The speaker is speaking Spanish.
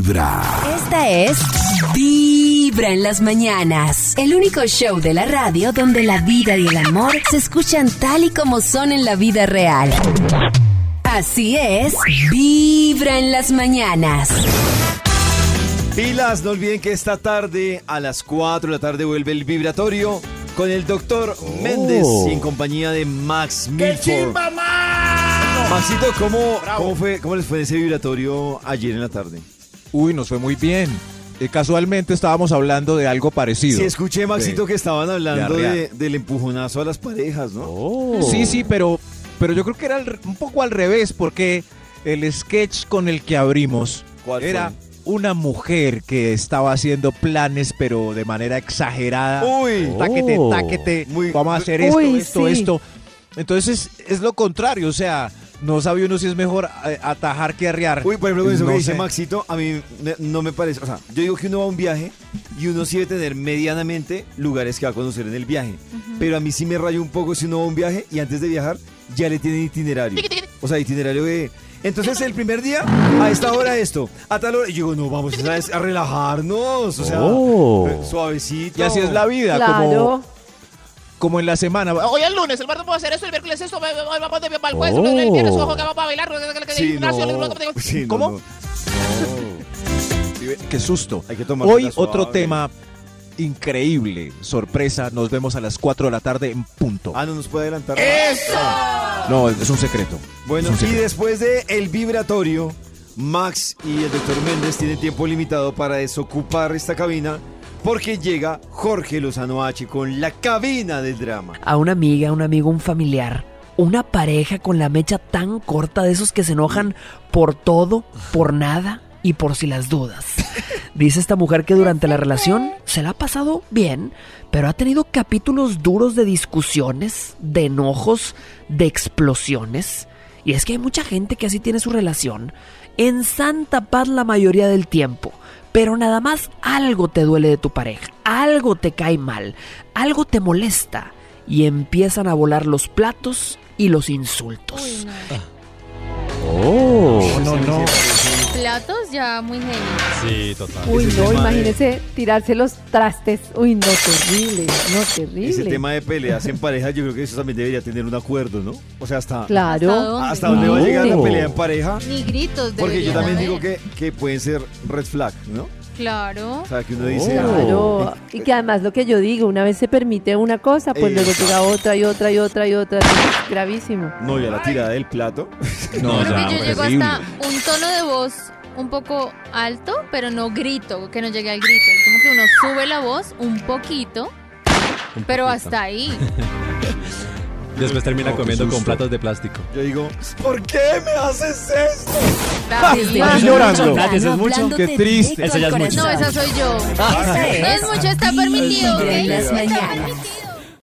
Vibra. Esta es Vibra en las mañanas. El único show de la radio donde la vida y el amor se escuchan tal y como son en la vida real. Así es, Vibra en las mañanas. Pilas, no olviden que esta tarde a las 4 de la tarde vuelve el vibratorio con el doctor Méndez y en compañía de Max Milford. ¡Qué chimba, Max! Maxito, ¿cómo les fue ese vibratorio ayer en la tarde? Uy, nos fue muy bien. Casualmente estábamos hablando de algo parecido. Sí, escuché, Maxito, que estaban hablando de del empujonazo a las parejas, ¿no? Sí, pero yo creo que era un poco al revés, porque el sketch con el que abrimos era una mujer que estaba haciendo planes, pero de manera exagerada. Uy, táquete, vamos a hacer esto. Entonces es lo contrario, o sea, no sabe uno si es mejor atajar que arrear. Uy, por ejemplo, eso no que dice sé. Maxito, a mí no me parece. O sea, yo digo que uno va a un viaje y uno sí debe tener medianamente lugares que va a conocer en el viaje. Pero a mí sí me rayo un poco si uno va a un viaje y antes de viajar ya le tienen itinerario. O sea, itinerario de... Entonces el primer día, a esta hora esto, a tal hora, y yo digo, no, vamos a relajarnos, o sea, suavecito. Y así es la vida, Claro. como en la semana. Hoy es lunes, el martes puedo hacer esto, el miércoles esto, vamos para el jueves, el viernes ojo que vamos a bailar, Sí, sí, ¿Cómo? no. Qué susto. Hay que tomar Hoy otro tema increíble, sorpresa, nos vemos a las 4 de la tarde en punto. Ah, no nos puede adelantar. No, es un secreto. Bueno, Es un y secreto. después de el vibratorio, Max y el doctor Méndez tienen tiempo limitado para desocupar esta cabina porque llega Jorge Lozano H con la cabina del drama. A una amiga, un amigo, un familiar, una pareja con la mecha tan corta de esos que se enojan por todo, por nada y por si las dudas. Dice esta mujer que durante la relación se la ha pasado bien, pero ha tenido capítulos duros de discusiones, de enojos, de explosiones. Y es que hay mucha gente que así tiene su relación en santa paz la mayoría del tiempo. Pero nada más algo te duele de tu pareja, algo te cae mal, algo te molesta y empiezan a volar los platos y los insultos. Uy, No. platos ya muy heavy. Sí, total. Uy, Ese no, tema imagínese tirarse los trastes. Uy, no, terrible, no, terrible. Ese tema de peleas en pareja, yo creo que eso también debería tener un acuerdo, ¿no? O sea, Claro. hasta dónde va a llegar la pelea en pareja. Ni gritos Porque yo deberían también haber. digo que pueden ser red flag, ¿no? Claro. O sea, que uno dice... Claro, y que además lo que yo digo, una vez se permite una cosa, pues luego llega otra y otra y otra y otra, es gravísimo. No, ya la tirada del plato. No, Creo ya, que yo llego terrible. hasta un tono de voz un poco alto, pero no grito, que no llegue al grito. Es como que uno sube la voz un poquito, pero hasta ahí. Después termina No, qué comiendo con susto. platos de plástico. Yo digo, ¿por qué me haces esto? Desde Ah, muy llorando. temprano, ¿Eso es mucho? hablándote Qué triste. directo Eso ya al es mucho. No, corazón. esa soy yo. Esta No es mucho, está permitido, Vibra en ¿ok? las Está mañanas. permitido.